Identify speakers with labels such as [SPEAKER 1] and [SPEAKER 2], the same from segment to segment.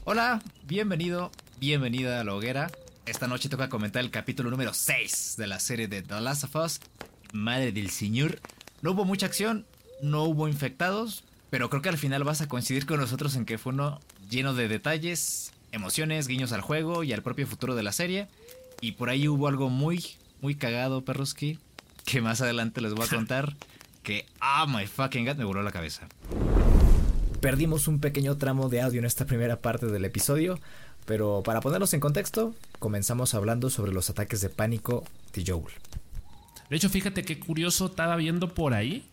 [SPEAKER 1] Hola, bienvenido, bienvenida a la hoguera. Esta noche toca comentar el capítulo número 6 de la serie de The Last of Us. Madre del señor. No hubo mucha acción, no hubo infectados, pero creo que al final vas a coincidir con nosotros en que fue uno lleno de detalles, emociones, guiños al juego y al propio futuro de la serie. Y por ahí hubo algo muy cagado, perroski, que más adelante les voy a contar, que, my fucking god, me voló la cabeza.
[SPEAKER 2] Perdimos un pequeño tramo de audio en esta primera parte del episodio, pero para ponerlos en contexto, comenzamos hablando sobre los ataques de pánico de Joel.
[SPEAKER 3] De hecho, fíjate qué curioso, estaba viendo por ahí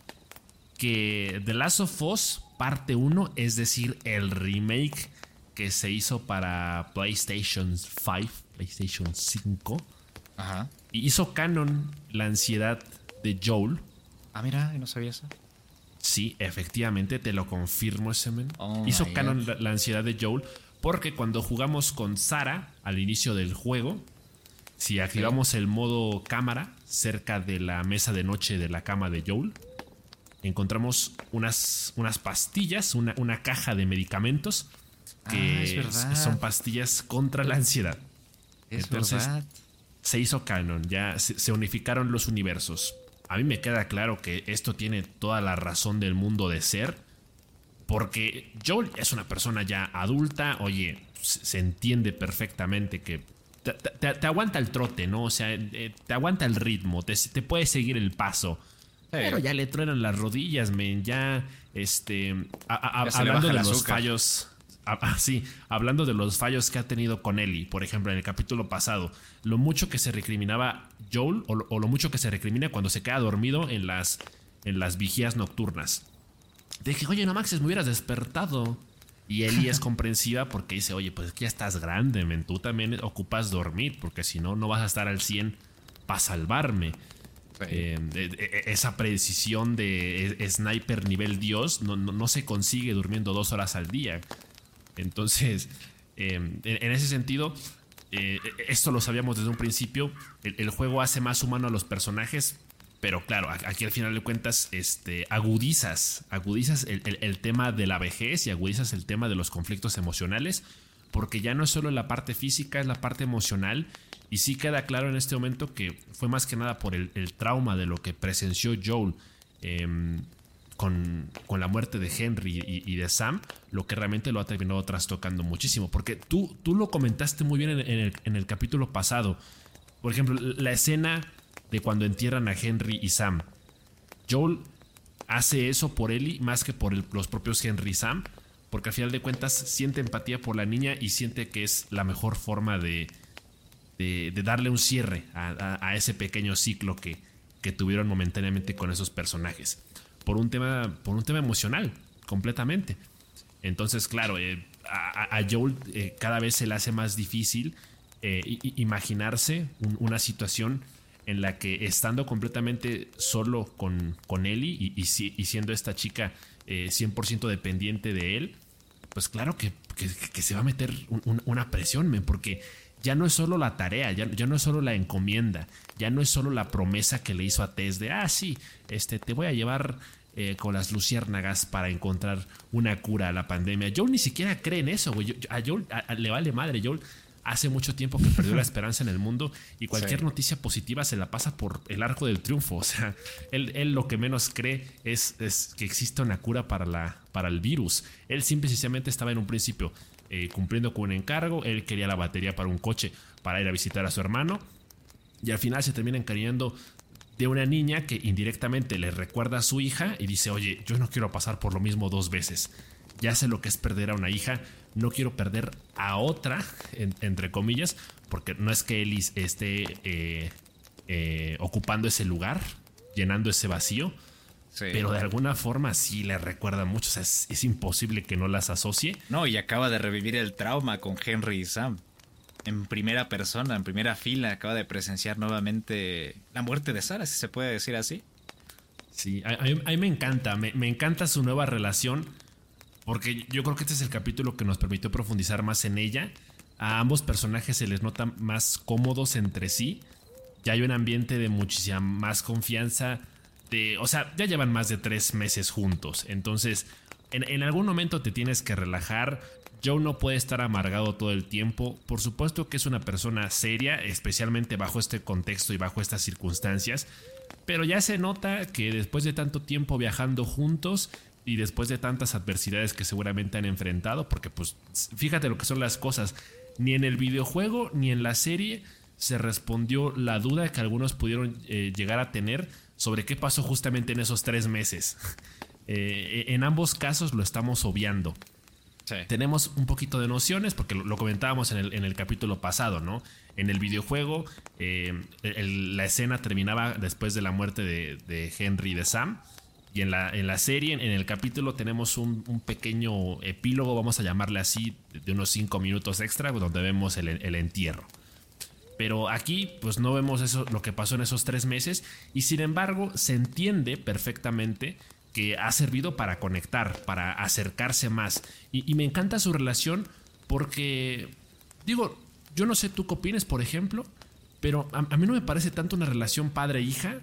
[SPEAKER 3] que The Last of Us parte 1, es decir, el remake que se hizo para PlayStation 5, PlayStation 5,
[SPEAKER 1] Ajá.
[SPEAKER 3] y hizo canon la ansiedad de Joel.
[SPEAKER 1] Ah, mira, no sabía eso.
[SPEAKER 3] Sí, efectivamente, te lo confirmo ese men.
[SPEAKER 1] Oh
[SPEAKER 3] Hizo
[SPEAKER 1] my
[SPEAKER 3] canon
[SPEAKER 1] God.
[SPEAKER 3] la ansiedad de Joel porque cuando jugamos con Sarah al inicio del juego, si activamos el modo cámara cerca de la mesa de noche de la cama de Joel, encontramos unas pastillas, una caja de medicamentos que
[SPEAKER 1] es verdad.
[SPEAKER 3] son pastillas contra la ansiedad.
[SPEAKER 1] Es
[SPEAKER 3] Entonces,
[SPEAKER 1] verdad.
[SPEAKER 3] se hizo canon, ya se unificaron los universos. A mí me queda claro que esto tiene toda la razón del mundo de ser, porque Joel es una persona ya adulta, oye, se entiende perfectamente que te aguanta el trote, ¿no? O sea, te aguanta el ritmo, te puede seguir el paso. Pero ya le truenan las rodillas, men, ya,
[SPEAKER 1] Ya se le
[SPEAKER 3] hablando
[SPEAKER 1] baja el
[SPEAKER 3] de los
[SPEAKER 1] azúcar.
[SPEAKER 3] fallos. Sí, hablando de los fallos que ha tenido con Ellie, por ejemplo, en el capítulo pasado, lo mucho que se recriminaba Joel o lo mucho que se recrimina cuando se queda dormido en las vigías nocturnas. De que, oye, no Maxes, me hubieras despertado. Y Ellie es comprensiva porque dice, oye, pues ya estás grande, men, tú también ocupas dormir, porque si no, no vas a estar al 100 para salvarme.
[SPEAKER 1] Sí.
[SPEAKER 3] Esa precisión de sniper nivel Dios no se consigue durmiendo 2 horas al día. Entonces, en ese sentido, esto lo sabíamos desde un principio. El juego hace más humano a los personajes, pero claro, aquí al final de cuentas agudizas el tema de la vejez y agudizas el tema de los conflictos emocionales, porque ya no es solo la parte física, es la parte emocional. Y sí queda claro en este momento que fue más que nada por el trauma de lo que presenció Joel con la muerte de Henry y de Sam, lo que realmente lo ha terminado trastocando muchísimo. Porque tú lo comentaste muy bien en el capítulo pasado. Por ejemplo, la escena de cuando entierran a Henry y Sam. Joel hace eso por Ellie más que por los propios Henry y Sam, porque al final de cuentas siente empatía por la niña y siente que es la mejor forma de darle un cierre a ese pequeño ciclo que tuvieron momentáneamente con esos personajes. Por un tema emocional, completamente. Entonces, claro, a Joel cada vez se le hace más difícil imaginarse una situación en la que estando completamente solo con Ellie y siendo esta chica 100% dependiente de él, pues claro que se va a meter una presión, porque ya no es solo la tarea, ya no es solo la encomienda, ya no es solo la promesa que le hizo a Tess de, sí, te voy a llevar con las luciérnagas para encontrar una cura a la pandemia. Joel ni siquiera cree en eso, güey. A Joel le vale madre. Joel hace mucho tiempo que perdió la esperanza en el mundo y cualquier noticia positiva se la pasa por el arco del triunfo. O sea, él lo que menos cree es que exista una cura para el virus. Él simple y sencillamente estaba en un principio cumpliendo con un encargo. Él quería la batería para un coche para ir a visitar a su hermano y al final se termina encariñando de una niña que indirectamente le recuerda a su hija y dice, oye, yo no quiero pasar por lo mismo 2 veces. Ya sé lo que es perder a una hija, no quiero perder a otra, entre comillas, porque no es que Ellie esté ocupando ese lugar, llenando ese vacío,
[SPEAKER 1] Sí.
[SPEAKER 3] pero de alguna forma sí le recuerda mucho. O sea, es imposible que no las asocie.
[SPEAKER 1] No, y acaba de revivir el trauma con Henry y Sam. En primera persona, en primera fila, acaba de presenciar nuevamente la muerte de Sarah, si se puede decir así.
[SPEAKER 3] Sí, a mí me encanta, me encanta su nueva relación, porque yo creo que este es el capítulo que nos permitió profundizar más en ella. A ambos personajes se les nota más cómodos entre sí. Ya hay un ambiente de muchísima más confianza. O sea, ya llevan más de 3 meses juntos. Entonces, en algún momento te tienes que relajar. Joe no puede estar amargado todo el tiempo. Por supuesto que es una persona seria, especialmente bajo este contexto y bajo estas circunstancias. Pero ya se nota que después de tanto tiempo viajando juntos y después de tantas adversidades que seguramente han enfrentado, porque pues fíjate lo que son las cosas, ni en el videojuego ni en la serie se respondió la duda que algunos pudieron llegar a tener sobre qué pasó justamente en esos 3 meses. En ambos casos lo estamos obviando.
[SPEAKER 1] Sí.
[SPEAKER 3] Tenemos un poquito de nociones porque lo comentábamos en el capítulo pasado, ¿no? En el videojuego la escena terminaba después de la muerte de Henry y de Sam. Y en la serie, en el capítulo, tenemos un pequeño epílogo, vamos a llamarle así, de unos 5 minutos extra, donde vemos el entierro. Pero aquí pues no vemos eso, lo que pasó en esos 3 meses. Y sin embargo se entiende perfectamente que ha servido para conectar, para acercarse más. Y me encanta su relación porque, digo, yo no sé tú qué opinas, por ejemplo, pero a mí no me parece tanto una relación padre-hija,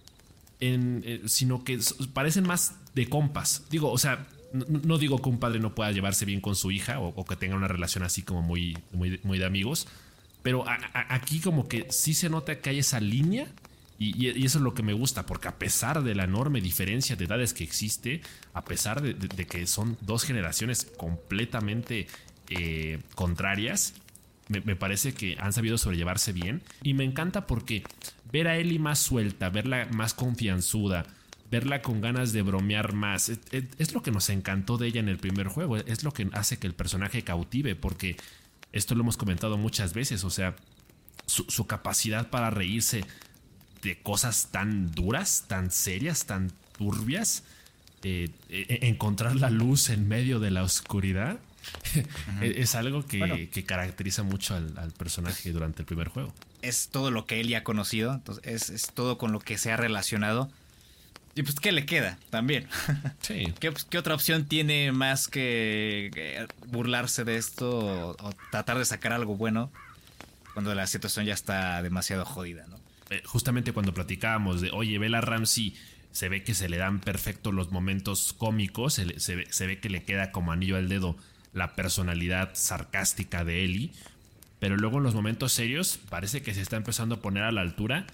[SPEAKER 3] sino que parecen más de compas. Digo, o sea, no digo que un padre no pueda llevarse bien con su hija o que tenga una relación así como muy de amigos, pero aquí como que sí se nota que hay esa línea. Y eso es lo que me gusta, porque a pesar de la enorme diferencia de edades que existe, a pesar de que son 2 generaciones completamente contrarias, me parece que han sabido sobrellevarse bien. Y me encanta porque ver a Ellie más suelta, verla más confianzuda, verla con ganas de bromear más, es lo que nos encantó de ella en el primer juego. Es lo que hace que el personaje cautive, porque esto lo hemos comentado muchas veces, o sea, su capacidad para reírse de cosas tan duras, tan serias, tan turbias, encontrar la luz en medio de la oscuridad, es algo que caracteriza mucho al personaje durante el primer juego.
[SPEAKER 1] Es todo lo que él ya ha conocido, entonces es todo con lo que se ha relacionado. Y pues, ¿qué le queda también?
[SPEAKER 3] Sí.
[SPEAKER 1] ¿Qué otra opción tiene más que burlarse de esto o tratar de sacar algo bueno cuando la situación ya está demasiado jodida, ¿no?
[SPEAKER 3] Justamente cuando platicábamos de, oye, Bella Ramsey, se ve que se le dan perfectos los momentos cómicos, se ve que le queda como anillo al dedo la personalidad sarcástica de Ellie, pero luego en los momentos serios parece que se está empezando a poner a la altura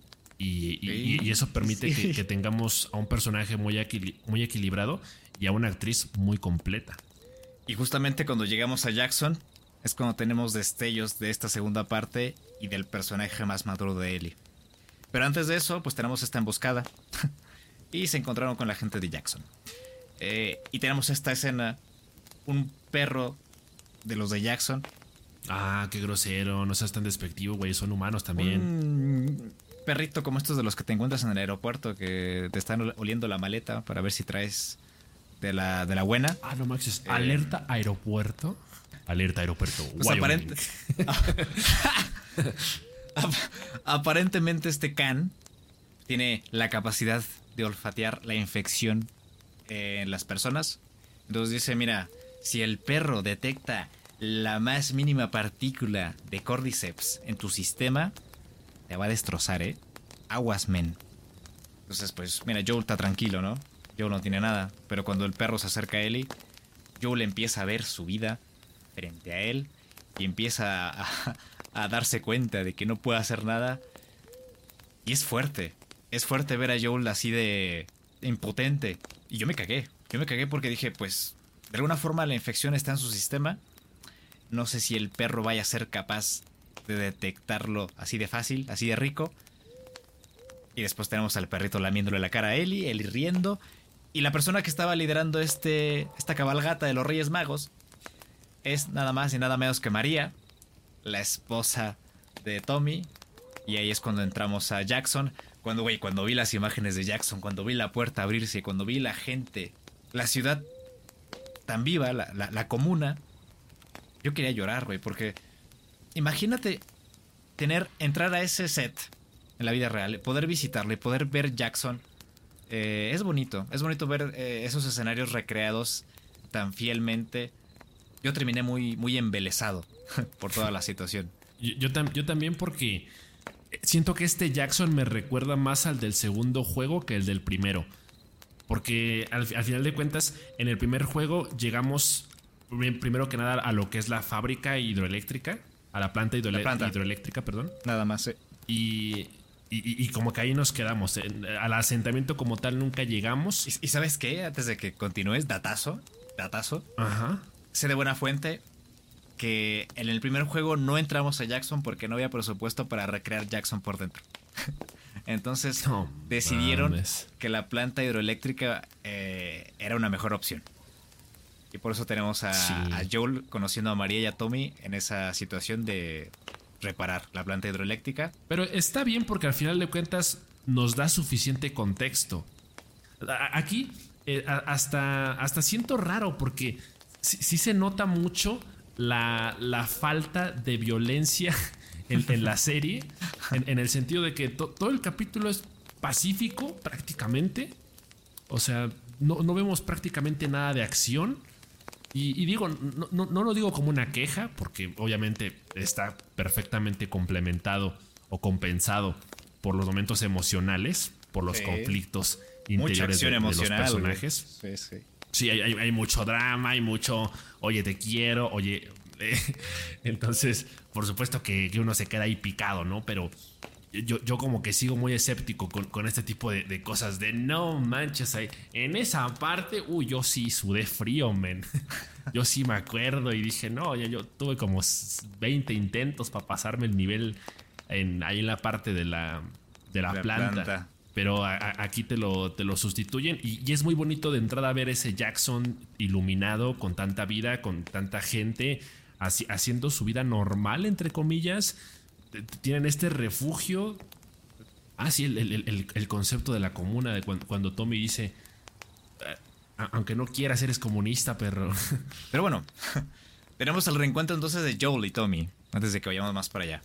[SPEAKER 3] y eso permite que tengamos a un personaje muy equilibrado y a una actriz muy completa.
[SPEAKER 1] Y justamente cuando llegamos a Jackson es cuando tenemos destellos de esta segunda parte y del personaje más maduro de Ellie. Pero antes de eso, pues tenemos esta emboscada y se encontraron con la gente de Jackson. Y tenemos esta escena, un perro de los de Jackson.
[SPEAKER 3] Ah, qué grosero, no seas tan despectivo, güey, son humanos también.
[SPEAKER 1] Un perrito como estos de los que te encuentras en el aeropuerto, que te están oliendo la maleta para ver si traes de la buena.
[SPEAKER 3] Ah, no manches, alerta aeropuerto. Alerta aeropuerto.
[SPEAKER 1] Pues aparentemente este can tiene la capacidad de olfatear la infección en las personas. Entonces dice, mira, si el perro detecta la más mínima partícula de Cordyceps en tu sistema, te va a destrozar, aguas, men. Entonces, pues, mira, Joel está tranquilo, ¿no? Joel no tiene nada. Pero cuando el perro se acerca a Ellie, Joel empieza a ver su vida frente a él y empieza a darse cuenta de que no puede hacer nada. Y es fuerte ver a Joel así de impotente. Y yo me cagué porque dije, pues, de alguna forma la infección está en su sistema. No sé si el perro vaya a ser capaz de detectarlo así de fácil, así de rico. Y después tenemos al perrito lamiéndole la cara a Ellie riendo. Y la persona que estaba liderando esta cabalgata de los Reyes Magos es nada más y nada menos que María, la esposa de Tommy. Y ahí es cuando entramos a Jackson. Cuando vi las imágenes de Jackson, cuando vi la puerta abrirse, cuando vi la gente, la ciudad tan viva, la comuna, yo quería llorar, güey, porque imagínate entrar a ese set en la vida real, poder visitarlo y poder ver Jackson. Es bonito ver esos escenarios recreados tan fielmente. Yo terminé muy embelesado por toda la situación.
[SPEAKER 3] Yo también, porque siento que este Jackson me recuerda más al del segundo juego que el del primero. Porque al final de cuentas, en el primer juego llegamos primero que nada a lo que es la fábrica hidroeléctrica, a la planta hidroeléctrica, perdón.
[SPEAKER 1] Nada más,
[SPEAKER 3] Y como que ahí nos quedamos. Al asentamiento como tal nunca llegamos.
[SPEAKER 1] ¿Y sabes qué? Antes de que continúes, datazo.
[SPEAKER 3] Ajá.
[SPEAKER 1] Sé de buena fuente que en el primer juego no entramos a Jackson porque no había presupuesto para recrear Jackson por dentro. Entonces decidieron que la planta hidroeléctrica era una mejor opción. Y por eso tenemos a Joel conociendo a María y a Tommy en esa situación de reparar la planta hidroeléctrica.
[SPEAKER 3] Pero está bien porque al final de cuentas nos da suficiente contexto. Aquí hasta siento raro porque sí se nota mucho la falta de violencia en la serie, en el sentido de que todo el capítulo es pacífico prácticamente. O sea, no vemos prácticamente nada de acción. Y digo, no lo digo como una queja, porque obviamente está perfectamente complementado o compensado por los momentos emocionales, por los conflictos interiores de los personajes. Sí, hay mucho drama, hay mucho, oye, te quiero, oye. Entonces, por supuesto que uno se queda ahí picado, ¿no? Pero yo como que sigo muy escéptico con este tipo de cosas. De no manches, en esa parte, yo sí sudé frío, men. Yo sí me acuerdo y dije, no, yo tuve como 20 intentos para pasarme el nivel ahí en la parte de la planta. Pero aquí te lo sustituyen y es muy bonito de entrada ver ese Jackson iluminado con tanta vida, con tanta gente haciendo su vida normal, entre comillas. Tienen este refugio. Sí, el concepto de la comuna, de cuando Tommy dice, aunque no quieras, eres comunista, perro.
[SPEAKER 1] Pero bueno, tenemos el reencuentro entonces de Joel y Tommy, antes de que vayamos más para allá.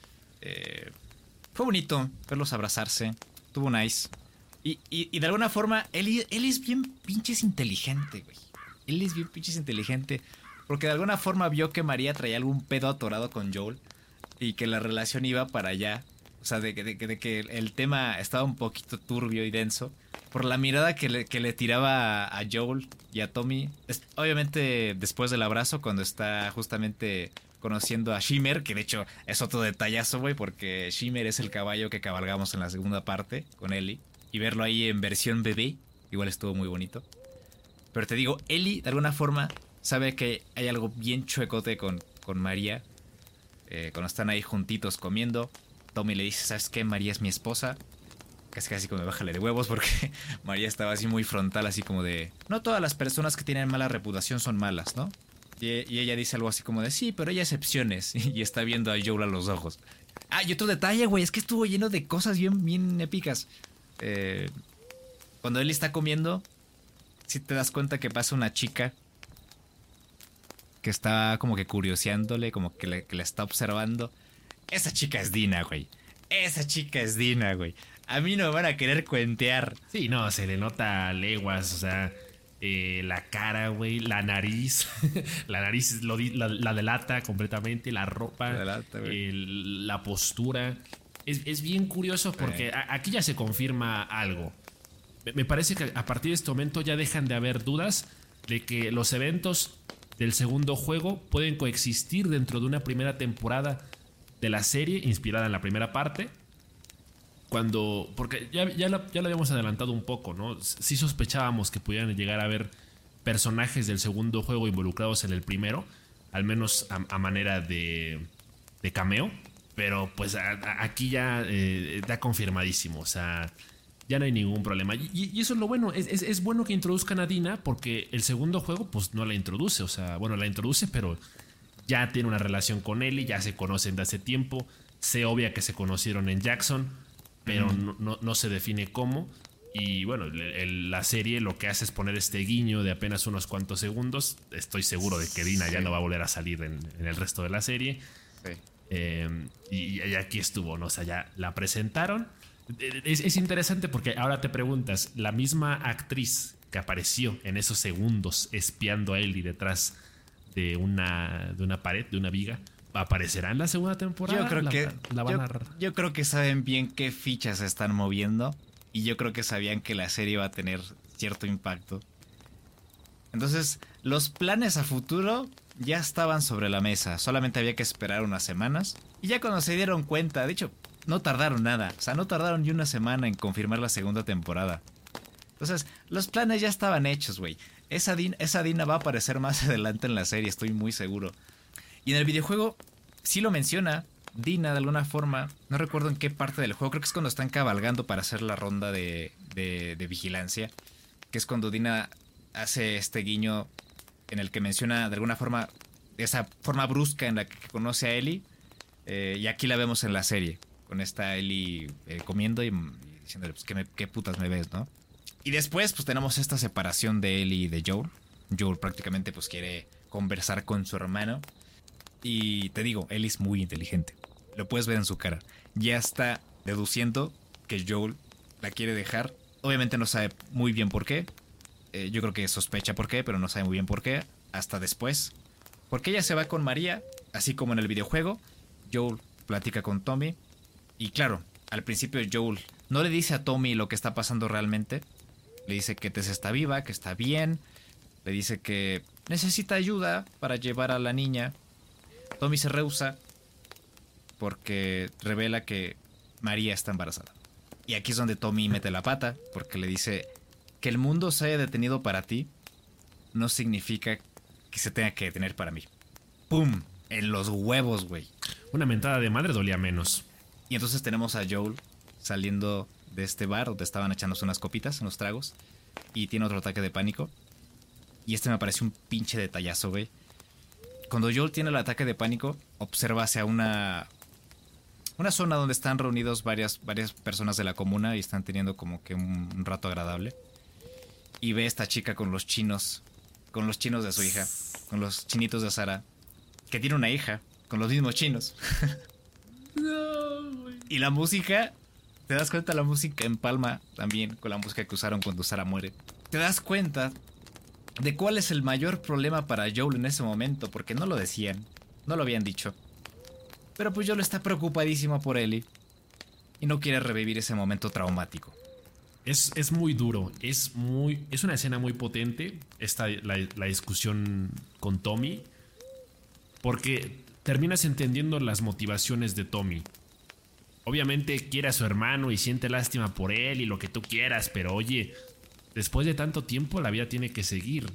[SPEAKER 1] Fue bonito verlos abrazarse. Tuvo nice. Y de alguna forma, él es bien pinches inteligente, güey. Él es bien pinches inteligente. Porque de alguna forma vio que María traía algún pedo atorado con Joel. Y que la relación iba para allá. O sea, de que el tema estaba un poquito turbio y denso. Por la mirada que le tiraba a Joel y a Tommy. Obviamente después del abrazo, cuando está justamente conociendo a Shimmer, que de hecho es otro detallazo, güey, porque Shimmer es el caballo que cabalgamos en la segunda parte con Ellie. Y verlo ahí en versión bebé, igual estuvo muy bonito. Pero te digo, Ellie de alguna forma sabe que hay algo bien chuecote con María. Cuando están ahí juntitos comiendo, Tommy le dice, ¿sabes qué? María es mi esposa. Casi como bájale de huevos, porque María estaba así muy frontal, así como de, no todas las personas que tienen mala reputación son malas, ¿no? Y ella dice algo así como de, sí, pero hay excepciones. Y está viendo a Joel a los ojos. Y otro detalle, güey, es que estuvo lleno de cosas bien épicas. Cuando él está comiendo, si te das cuenta que pasa una chica que está como que curioseándole, como que le está observando. Esa chica es Dina, güey. A mí no me van a querer cuentear.
[SPEAKER 3] Sí, no, se le nota leguas, o sea, la cara, güey, la nariz. La nariz la delata completamente, la ropa, la postura. Es bien curioso porque aquí ya se confirma algo. Me parece que a partir de este momento ya dejan de haber dudas de que los eventos del segundo juego pueden coexistir dentro de una primera temporada de la serie inspirada en la primera parte. Porque ya lo habíamos adelantado un poco, ¿no? Sí sospechábamos que pudieran llegar a haber personajes del segundo juego involucrados en el primero, al menos a manera de cameo, pero pues aquí ya está confirmadísimo, o sea, ya no hay ningún problema. Y eso es lo bueno, es bueno que introduzcan a Dina, porque el segundo juego pues no la introduce, o sea, bueno, la introduce, pero ya tiene una relación con Ellie, ya se conocen de hace tiempo, se obvia que se conocieron en Jackson, pero no se define cómo. Y bueno, la serie lo que hace es poner este guiño de apenas unos cuantos segundos. Estoy seguro de que Dina ya no va a volver a salir en el resto de la serie. Y aquí estuvo, ¿no? O sea, ya la presentaron. Es interesante porque ahora te preguntas, la misma actriz que apareció en esos segundos espiando a Ellie detrás de una pared, de una viga, ¿aparecerá en la segunda temporada?
[SPEAKER 1] Yo creo que saben bien qué fichas se están moviendo. Y yo creo que sabían que la serie iba a tener cierto impacto. Entonces, los planes a futuro ya estaban sobre la mesa. Solamente había que esperar unas semanas. Y ya cuando se dieron cuenta, de hecho, no tardaron nada. O sea, no tardaron ni una semana en confirmar la segunda temporada. Entonces, los planes ya estaban hechos, güey. Esa Dina va a aparecer más adelante en la serie, estoy muy seguro. Y en el videojuego sí lo menciona Dina de alguna forma. No recuerdo en qué parte del juego. Creo que es cuando están cabalgando para hacer la ronda de vigilancia. Que es cuando Dina hace este guiño en el que menciona de alguna forma esa forma brusca en la que conoce a Ellie. Y aquí la vemos en la serie. Con esta Ellie comiendo y diciéndole, pues, ¿qué putas me ves, no? Y después, pues, tenemos esta separación de Ellie y de Joel. Joel prácticamente, pues, quiere conversar con su hermano. Y te digo, Ellie es muy inteligente. Lo puedes ver en su cara. Ya está deduciendo que Joel la quiere dejar. Obviamente no sabe muy bien por qué. Yo creo que sospecha por qué, pero no sabe muy bien por qué. Hasta después. Porque ella se va con María, así como en el videojuego. Joel platica con Tommy. Y claro, al principio Joel no le dice a Tommy lo que está pasando realmente. Le dice que Tess está viva, que está bien. Le dice que necesita ayuda para llevar a la niña. Tommy se rehúsa porque revela que María está embarazada. Y aquí es donde Tommy mete la pata, porque le dice que el mundo se haya detenido para ti no significa que se tenga que detener para mí. ¡Pum! En los huevos, güey.
[SPEAKER 3] Una mentada de madre dolía menos.
[SPEAKER 1] Y entonces tenemos a Joel saliendo de este bar donde estaban echándose unas copitas, unos tragos, y tiene otro ataque de pánico. Y este me parece un pinche detallazo, güey. Cuando Joel tiene el ataque de pánico, observa hacia una zona donde están reunidos varias personas de la comuna y están teniendo como que un rato agradable. Y ve a esta chica con los chinos de su hija, con los chinitos de Sara, que tiene una hija con los mismos chinos.
[SPEAKER 3] No, güey.
[SPEAKER 1] Y la música, te das cuenta, la música empalma también con la música que usaron cuando Sara muere. Te das cuenta de cuál es el mayor problema para Joel en ese momento, porque no lo decían, no lo habían dicho. Pero pues Joel está preocupadísimo por Ellie y no quiere revivir ese momento traumático.
[SPEAKER 3] Es muy duro, es una escena muy potente la discusión con Tommy, porque terminas entendiendo las motivaciones de Tommy. Obviamente quiere a su hermano y siente lástima por él y lo que tú quieras, pero oye, después de tanto tiempo la vida tiene que seguir.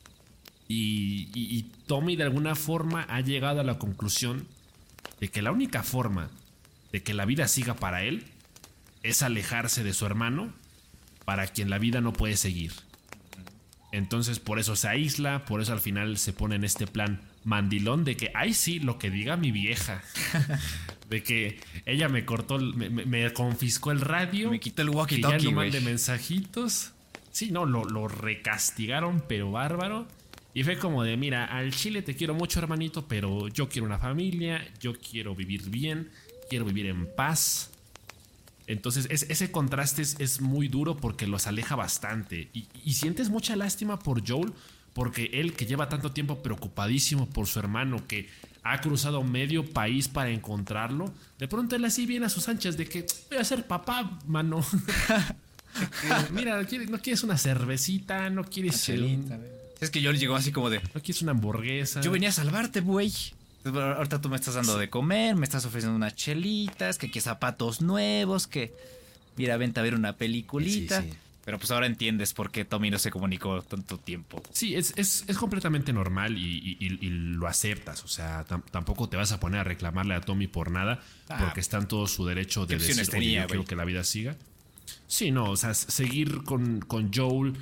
[SPEAKER 3] Y Tommy de alguna forma ha llegado a la conclusión de que la única forma de que la vida siga para él es alejarse de su hermano, para quien la vida no puede seguir. Entonces por eso se aísla, por eso al final se pone en este plan mandilón de que, ay sí, lo que diga mi vieja. De que ella me cortó, me confiscó el radio.
[SPEAKER 1] Me quitó el walkie-talkie,
[SPEAKER 3] que ya no
[SPEAKER 1] güey.
[SPEAKER 3] mande mensajitos. Sí, no, lo recastigaron, pero bárbaro. Y fue como de, mira, al chile te quiero mucho, hermanito, pero yo quiero una familia, yo quiero vivir bien, quiero vivir en paz. Entonces ese contraste es muy duro porque los aleja bastante. Y sientes mucha lástima por Joel, porque él, que lleva tanto tiempo preocupadísimo por su hermano, que ha cruzado medio país para encontrarlo, de pronto él así viene a sus anchas de que voy a ser papá, mano. Mira, ¿no quieres una cervecita? ¿No quieres
[SPEAKER 1] Es que Joel llegó así como de,
[SPEAKER 3] ¿no quieres una hamburguesa?
[SPEAKER 1] yo venía a salvarte, güey. Ahorita tú me estás dando de comer, me estás ofreciendo unas chelitas, que zapatos nuevos, que mira, vente a ver una peliculita.
[SPEAKER 2] Sí.
[SPEAKER 1] Pero pues ahora entiendes por qué Tommy no se comunicó tanto tiempo.
[SPEAKER 3] Sí, es completamente normal y lo aceptas. O sea, tampoco te vas a poner a reclamarle a Tommy por nada, porque está en todo su derecho de decir, oye, yo quiero que la vida siga. Sí, no, o sea, seguir con Joel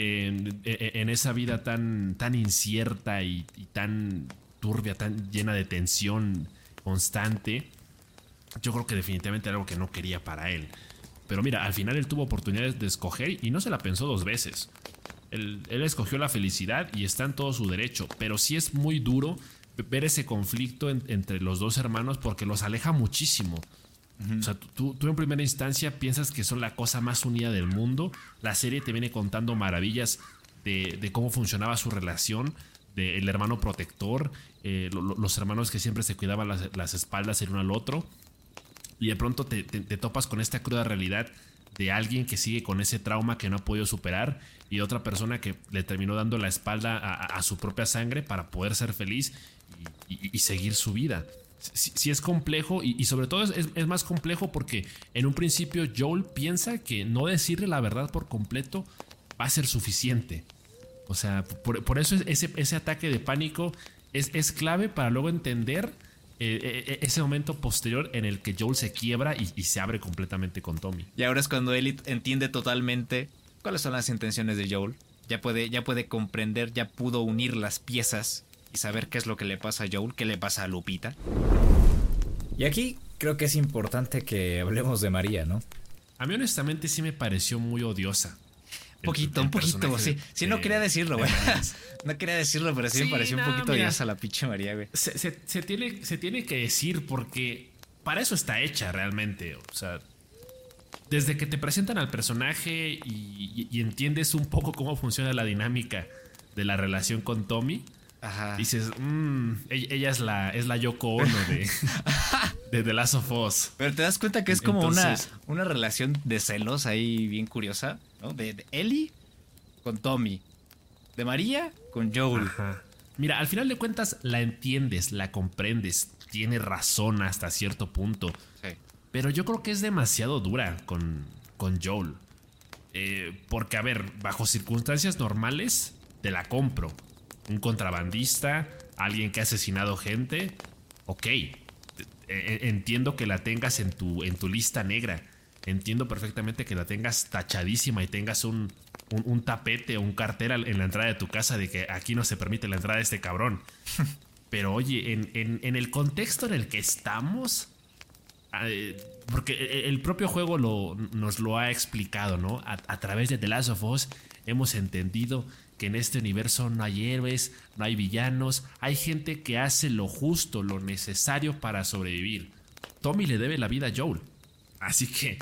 [SPEAKER 3] en esa vida tan incierta y tan turbia, tan llena de tensión constante, yo creo que definitivamente era algo que no quería para él. Pero mira, al final él tuvo oportunidades de escoger y no se la pensó dos veces. Él escogió la felicidad y está en todo su derecho, pero sí es muy duro ver ese conflicto entre los dos hermanos porque los aleja muchísimo. O sea, tú en primera instancia piensas que son la cosa más unida del mundo. La serie te viene contando maravillas de cómo funcionaba su relación, del hermano protector, los hermanos que siempre se cuidaban las espaldas el uno al otro. Y de pronto te topas con esta cruda realidad de alguien que sigue con ese trauma que no ha podido superar y de otra persona que le terminó dando la espalda a su propia sangre para poder ser feliz y seguir su vida. Sí es complejo y sobre todo es más complejo porque en un principio Joel piensa que no decirle la verdad por completo va a ser suficiente. O sea, por eso ese ataque de pánico es clave para luego entender ese momento posterior en el que Joel se quiebra y se abre completamente con Tommy.
[SPEAKER 1] Y ahora es cuando Ellie entiende totalmente cuáles son las intenciones de Joel. Ya puede comprender, ya pudo unir las piezas y saber qué es lo que le pasa a Joel, qué le pasa a Lupita.
[SPEAKER 2] Y aquí creo que es importante que hablemos de María, ¿no?
[SPEAKER 3] A mí honestamente sí me pareció muy odiosa.
[SPEAKER 1] Un poquito, sí. Sí, no quería decirlo, güey. No quería decirlo, pero sí me pareció un poquito odiosa la pinche María, güey.
[SPEAKER 3] Se tiene que decir porque para eso está hecha realmente. O sea, desde que te presentan al personaje y entiendes un poco cómo funciona la dinámica de la relación con Tommy,
[SPEAKER 1] ajá,
[SPEAKER 3] dices, ella es la Yoko Ono de The Last of Us.
[SPEAKER 1] Pero te das cuenta que es como entonces, una relación de celos ahí bien curiosa, ¿no? De Ellie con Tommy, de María con Joel.
[SPEAKER 3] Ajá. Mira, al final de cuentas la entiendes, la comprendes, tiene razón hasta cierto punto.
[SPEAKER 1] Sí.
[SPEAKER 3] Pero yo creo que es demasiado dura con Joel. Porque, a ver, bajo circunstancias normales, te la compro. Un contrabandista, alguien que ha asesinado gente, ok. Entiendo que la tengas en tu lista negra. Entiendo perfectamente que la tengas tachadísima y tengas un tapete o un cartel en la entrada de tu casa de que aquí no se permite la entrada de este cabrón. Pero oye, en el contexto en el que estamos, porque el propio juego nos lo ha explicado, ¿no? A través de The Last of Us hemos entendido que en este universo no hay héroes, no hay villanos, hay gente que hace lo justo, lo necesario para sobrevivir. Tommy le debe la vida a Joel, así que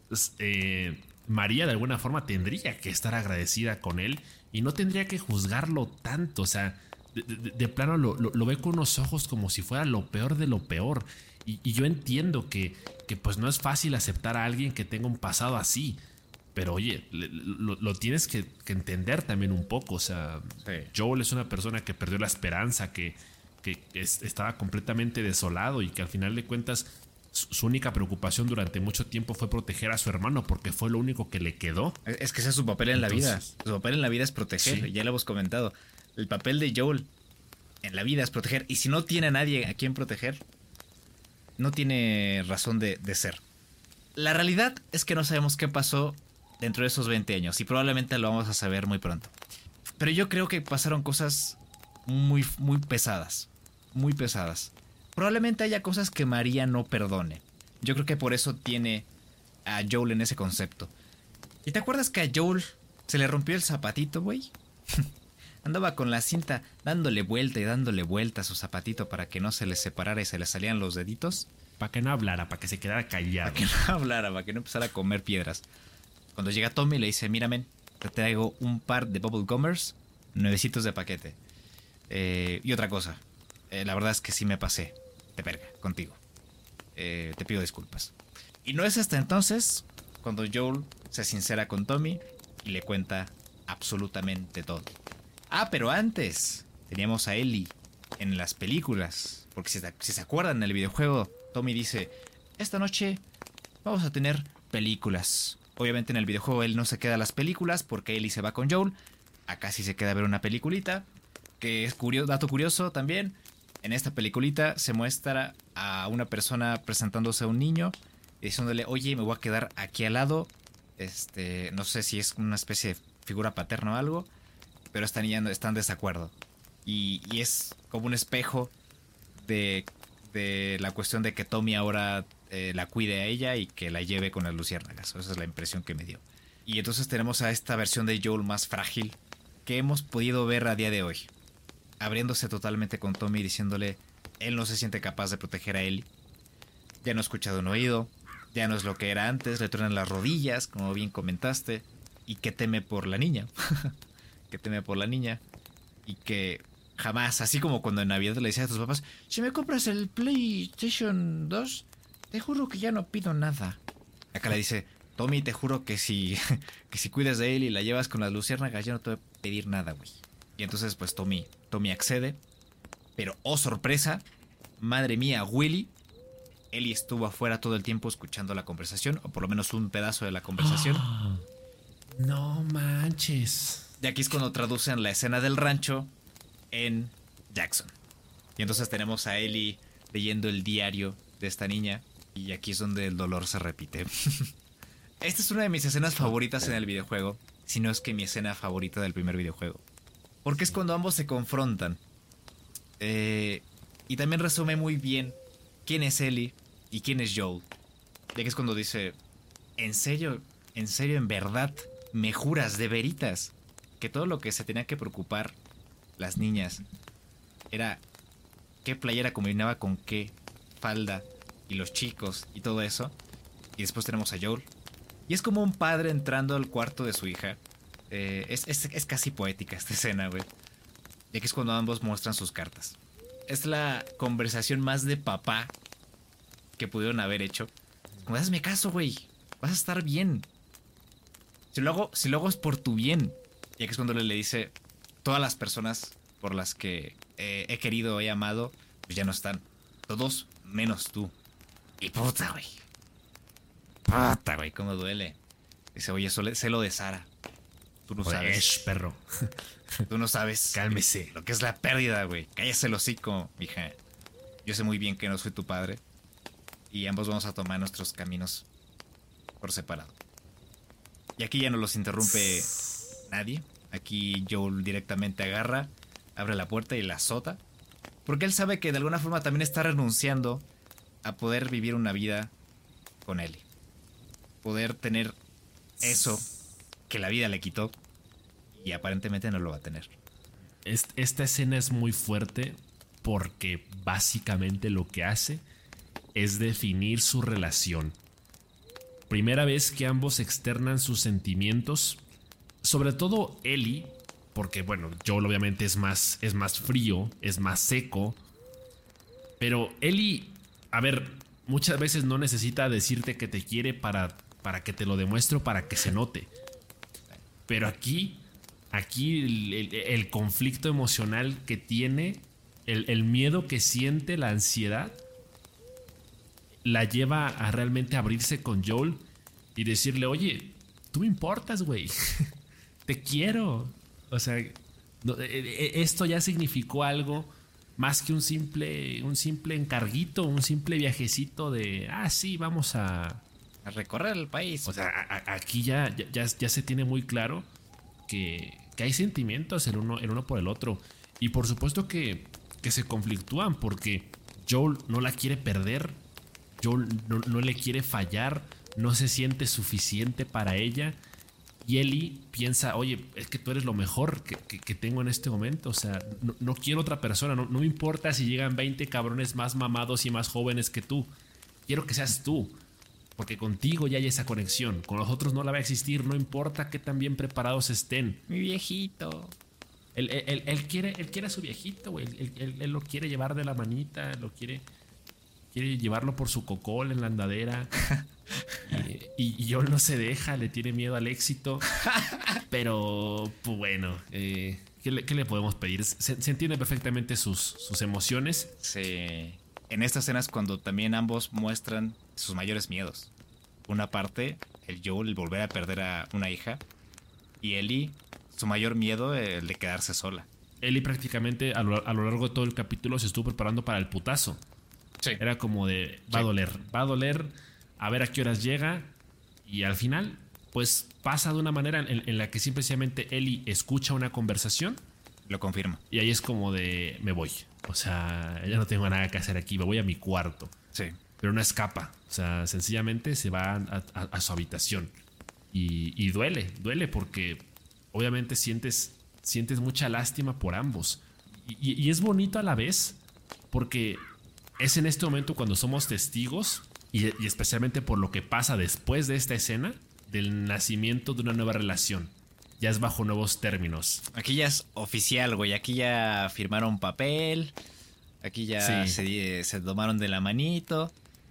[SPEAKER 3] María de alguna forma tendría que estar agradecida con él y no tendría que juzgarlo tanto. O sea, de plano lo ve con unos ojos como si fuera lo peor de lo peor. Y yo entiendo que pues no es fácil aceptar a alguien que tenga un pasado así. Pero oye, lo tienes que entender también un poco. O sea, sí. Joel es una persona que perdió la esperanza, que estaba completamente desolado y que al final de cuentas su única preocupación durante mucho tiempo fue proteger a su hermano porque fue lo único que le quedó.
[SPEAKER 1] Es que ese es su papel en la vida. Su papel en la vida es proteger, sí. Ya lo hemos comentado. El papel de Joel en la vida es proteger. Y si no tiene a nadie a quien proteger, no tiene razón de ser. La realidad es que no sabemos qué pasó dentro de esos 20 años y probablemente lo vamos a saber muy pronto. Pero yo creo que pasaron cosas muy, muy pesadas. Muy pesadas. Probablemente haya cosas que María no perdone. Yo creo que por eso tiene a Joel en ese concepto. ¿Y te acuerdas que a Joel se le rompió el zapatito, güey? Andaba con la cinta dándole vuelta y dándole vuelta a su zapatito para que no se le separara y se le salían los deditos.
[SPEAKER 3] Para que no hablara, para que se quedara callado.
[SPEAKER 1] Para que no hablara, para que no empezara a comer piedras. Cuando llega Tommy le dice, mira, men, te traigo un par de Bubble Gummers, nuevecitos de paquete. Y otra cosa, la verdad es que sí me pasé de verga contigo. Te pido disculpas. Y no es hasta entonces cuando Joel se sincera con Tommy y le cuenta absolutamente todo. Ah, pero antes teníamos a Ellie en las películas. Porque si se acuerdan, en el videojuego, Tommy dice, esta noche vamos a tener películas. Obviamente en el videojuego él no se queda a las películas porque Ellie se va con Joel. Acá sí se queda a ver una peliculita. Que es dato curioso también. En esta peliculita se muestra a una persona presentándose a un niño y diciéndole, oye, me voy a quedar aquí al lado. No sé si es una especie de figura paterna o algo, pero esta niña está en desacuerdo. Y es como un espejo de la cuestión de que Tommy ahora la cuide a ella y que la lleve con las luciérnagas. Esa es la impresión que me dio. Y entonces tenemos a esta versión de Joel más frágil que hemos podido ver a día de hoy. Abriéndose totalmente con Tommy, diciéndole, él no se siente capaz de proteger a Ellie. Ya no escucha de un oído, ya no es lo que era antes, le truenan las rodillas, como bien comentaste, y que teme por la niña. Que teme por la niña. Y que jamás, así como cuando en Navidad le decía a tus papás, si me compras el PlayStation 2, te juro que ya no pido nada. Acá le dice, Tommy, te juro que si, que si cuidas de él y la llevas con las luciérnagas, yo no te voy a pedir nada, güey. Y entonces, pues Tommy accede. Pero, oh sorpresa, madre mía, Willy. Ellie estuvo afuera todo el tiempo escuchando la conversación, o por lo menos un pedazo de la conversación.
[SPEAKER 3] No manches.
[SPEAKER 1] Y aquí es cuando traducen la escena del rancho en Jackson. Y entonces tenemos a Ellie leyendo el diario de esta niña. Y aquí es donde el dolor se repite. Esta es una de mis escenas favoritas en el videojuego, si no es que mi escena favorita del primer videojuego. Porque es cuando ambos se confrontan. Y también resume muy bien quién es Ellie y quién es Joel. Ya que es cuando dice, en serio, en verdad, me juras de veritas que todo lo que se tenía que preocupar las niñas era qué playera combinaba con qué falda y los chicos y todo eso. Y después tenemos a Joel. Y es como un padre entrando al cuarto de su hija. Es casi poética esta escena, güey. Y aquí es cuando ambos muestran sus cartas. Es la conversación más de papá que pudieron haber hecho. Como, hazme caso, güey. Vas a estar bien. Si lo hago es por tu bien. Y aquí es cuando le dice, todas las personas por las que he querido o he amado, pues ya no están. Todos menos tú. Y puta, güey. Puta, güey, cómo duele. Dice, oye, sé lo de Sara. Tú no sabes.
[SPEAKER 3] Perro.
[SPEAKER 1] Tú no sabes.
[SPEAKER 3] Cálmese.
[SPEAKER 1] Lo que es la pérdida, güey. Cállese el hocico, mija. Yo sé muy bien que no soy tu padre. Y ambos vamos a tomar nuestros caminos por separado. Y aquí ya no los interrumpe nadie. Aquí Joel directamente agarra, abre la puerta y la azota. Porque él sabe que de alguna forma también está renunciando a poder vivir una vida con Ellie. Poder tener eso que la vida le quitó. Y aparentemente no lo va a tener.
[SPEAKER 3] Esta escena es muy fuerte porque básicamente lo que hace es definir su relación. Primera vez que ambos externan sus sentimientos, sobre todo Ellie, porque bueno, Joel obviamente es más frío, es más seco, pero Ellie, a ver, muchas veces no necesita decirte que te quiere para que te lo demuestre o para que se note. Pero aquí el conflicto emocional que tiene, el miedo que siente, la ansiedad, la lleva a realmente abrirse con Joel y decirle, oye, tú me importas, güey. Te quiero. O sea, esto ya significó algo más que un simple encarguito, un simple viajecito de, sí, vamos a
[SPEAKER 1] recorrer el país.
[SPEAKER 3] O sea, aquí ya se tiene muy claro que hay sentimientos el uno por el otro. Y por supuesto que se conflictúan porque Joel no la quiere perder. Joel no le quiere fallar. No se siente suficiente para ella. Y Ellie piensa, oye, es que tú eres lo mejor que tengo en este momento. O sea, no quiero otra persona. No me importa si llegan 20 cabrones más mamados y más jóvenes que tú. Quiero que seas tú. Porque contigo ya hay esa conexión. Con los otros no la va a existir. No importa qué tan bien preparados estén.
[SPEAKER 1] Mi viejito.
[SPEAKER 3] Él quiere a su viejito, güey. Él lo quiere llevar de la manita. Quiere llevarlo por su cocol en la andadera. y Joel no se deja. Le tiene miedo al éxito. Pero, pues bueno. ¿Qué le podemos pedir? Se entiende perfectamente sus emociones.
[SPEAKER 1] Sí. En estas escenas cuando también ambos muestran sus mayores miedos. Una parte, el Joel, el volver a perder a una hija. Y Ellie, su mayor miedo, el de quedarse sola.
[SPEAKER 3] Ellie prácticamente a lo largo de todo el capítulo se estuvo preparando para el putazo.
[SPEAKER 1] Sí.
[SPEAKER 3] Era como de, va a doler, a ver a qué horas llega. Y al final, pues pasa de una manera en la que simplemente Ellie escucha una conversación.
[SPEAKER 1] Lo confirmo.
[SPEAKER 3] Y ahí es como de, me voy. O sea, ya no tengo nada que hacer aquí, me voy a mi cuarto.
[SPEAKER 1] Sí.
[SPEAKER 3] Pero no escapa. O sea, sencillamente se va a su habitación. Y duele porque obviamente sientes mucha lástima por ambos. Y es bonito a la vez porque es en este momento cuando somos testigos y especialmente por lo que pasa después de esta escena del nacimiento de una nueva relación. Ya es bajo nuevos términos.
[SPEAKER 1] Aquí ya es oficial, güey. Aquí ya firmaron papel. Aquí ya se tomaron de la manito.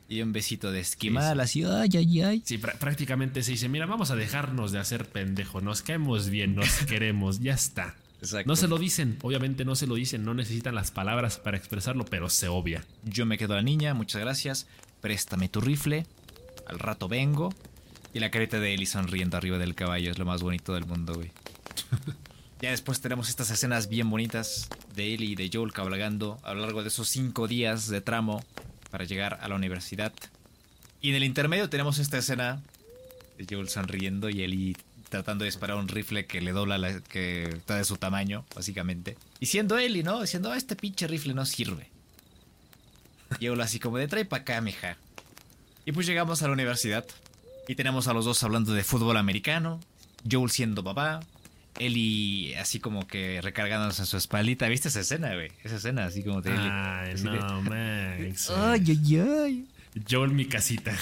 [SPEAKER 1] Y un besito de esquimal, así, ay, ay, ay.
[SPEAKER 3] Sí, prácticamente se dice, mira, vamos a dejarnos de hacer pendejo, nos caemos bien, nos queremos, ya está.
[SPEAKER 1] Exacto.
[SPEAKER 3] No se lo dicen, obviamente no se lo dicen, no necesitan las palabras para expresarlo, pero se obvia.
[SPEAKER 1] Yo me quedo la niña, muchas gracias. Préstame tu rifle, al rato vengo. Y la carita de Ellie sonriendo arriba del caballo es lo más bonito del mundo, güey. Ya después tenemos estas escenas bien bonitas de Ellie y de Joel cabalgando a lo largo de esos 5 días de tramo para llegar a la universidad. Y en el intermedio tenemos esta escena de Joel sonriendo y Ellie tratando de disparar un rifle que le dobla, que está de su tamaño, básicamente. Y siendo Ellie, ¿no? Diciendo, este pinche rifle no sirve. Joel así como de, trae pa' acá, mija. Y pues llegamos a la universidad y tenemos a los dos hablando de fútbol americano. Joel siendo papá. Ellie así como que recargándose en su espaldita. ¿Viste esa escena, güey? Esa escena así como de Ellie.
[SPEAKER 3] Ay,
[SPEAKER 1] así
[SPEAKER 3] no, Max.
[SPEAKER 1] Ay, ay, ay.
[SPEAKER 3] Joel, mi casita.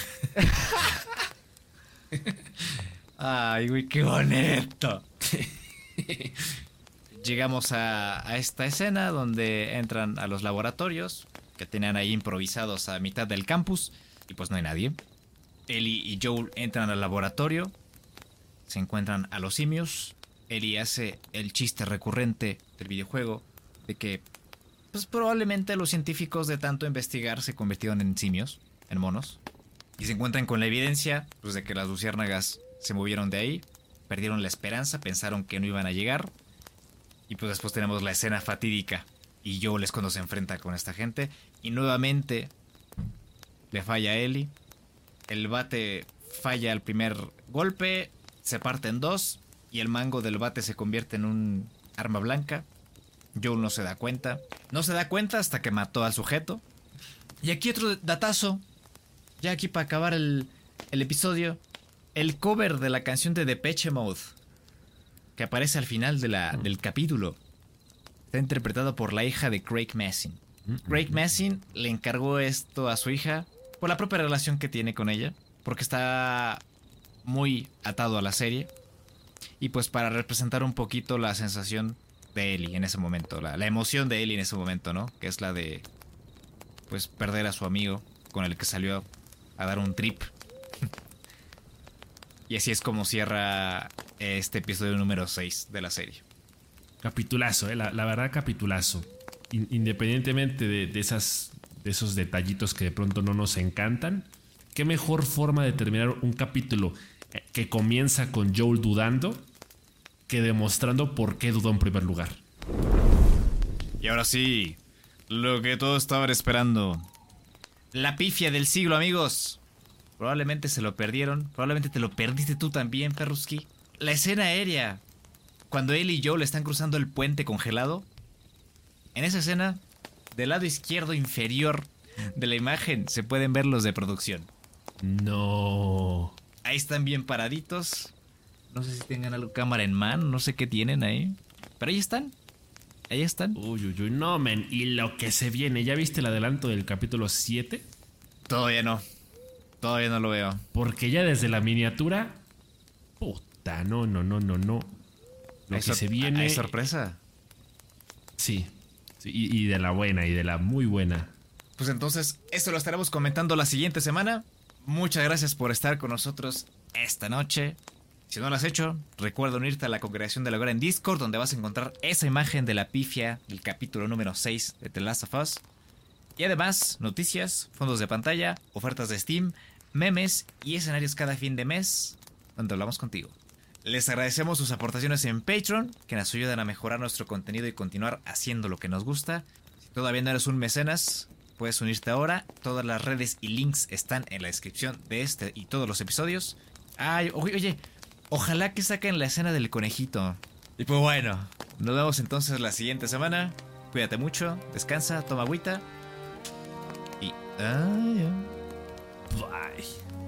[SPEAKER 1] Ay, güey, qué bonito. Llegamos a esta escena donde entran a los laboratorios que tenían ahí improvisados a mitad del campus y pues no hay nadie. Ellie y Joel entran al laboratorio, se encuentran a los simios. Ellie hace el chiste recurrente del videojuego de que pues probablemente los científicos de tanto investigar se convirtieron en simios, en monos, y se encuentran con la evidencia pues de que las luciérnagas se movieron de ahí, perdieron la esperanza, pensaron que no iban a llegar, y pues después tenemos la escena fatídica y Joel es cuando se enfrenta con esta gente y nuevamente le falla a Ellie. El bate falla el primer golpe, se parte en dos y el mango del bate se convierte en un arma blanca. Joel no se da cuenta. No se da cuenta hasta que mató al sujeto. Y aquí otro datazo. Ya aquí para acabar el episodio. El cover de la canción de Depeche Mode, que aparece al final del capítulo, está interpretado por la hija de Craig Mazin. Craig Mazin le encargó esto a su hija por la propia relación que tiene con ella, porque está muy atado a la serie. Y pues para representar un poquito la sensación de Ellie en ese momento, la emoción de Ellie en ese momento, ¿no? Que es la de pues perder a su amigo con el que salió a dar un trip. Y así es como cierra este episodio número 6 de la serie.
[SPEAKER 3] Capitulazo, la verdad, capitulazo. Independientemente de esos detallitos que de pronto no nos encantan, qué mejor forma de terminar un capítulo que comienza con Joel dudando que demostrando por qué dudó en primer lugar.
[SPEAKER 1] Y ahora sí, lo que todos estaban esperando. La pifia del siglo, amigos. Probablemente se lo perdieron. Probablemente te lo perdiste tú también, Perruski. La escena aérea. Cuando él y Joel están cruzando el puente congelado. En esa escena, del lado izquierdo inferior de la imagen, se pueden ver los de producción.
[SPEAKER 3] No.
[SPEAKER 1] Ahí están bien paraditos. No sé si tengan algo cámara en mano. No sé qué tienen ahí. Pero ahí están. Ahí están.
[SPEAKER 3] Uy, uy, uy, no, men. Y lo que se viene. ¿Ya viste el adelanto del capítulo 7?
[SPEAKER 1] Todavía no. Todavía no lo veo.
[SPEAKER 3] Porque ya desde la miniatura... Puta, no. Lo que se viene...
[SPEAKER 1] ¿Hay sorpresa?
[SPEAKER 3] Sí. Y de la buena, y de la muy buena.
[SPEAKER 1] Pues entonces, esto lo estaremos comentando la siguiente semana. Muchas gracias por estar con nosotros esta noche. Si no lo has hecho, recuerda unirte a la congregación de la hoguera en Discord, donde vas a encontrar esa imagen de la pifia del capítulo número 6 de The Last of Us. Y además, noticias, fondos de pantalla, ofertas de Steam, memes y escenarios cada fin de mes, donde hablamos contigo. Les agradecemos sus aportaciones en Patreon, que nos ayudan a mejorar nuestro contenido y continuar haciendo lo que nos gusta. Si todavía no eres un mecenas, puedes unirte ahora. Todas las redes y links están en la descripción de este y todos los episodios. Ay, oye, ojalá que saquen la escena del conejito. Y pues bueno, nos vemos entonces la siguiente semana. Cuídate mucho, descansa, toma agüita. Y...
[SPEAKER 3] Bye.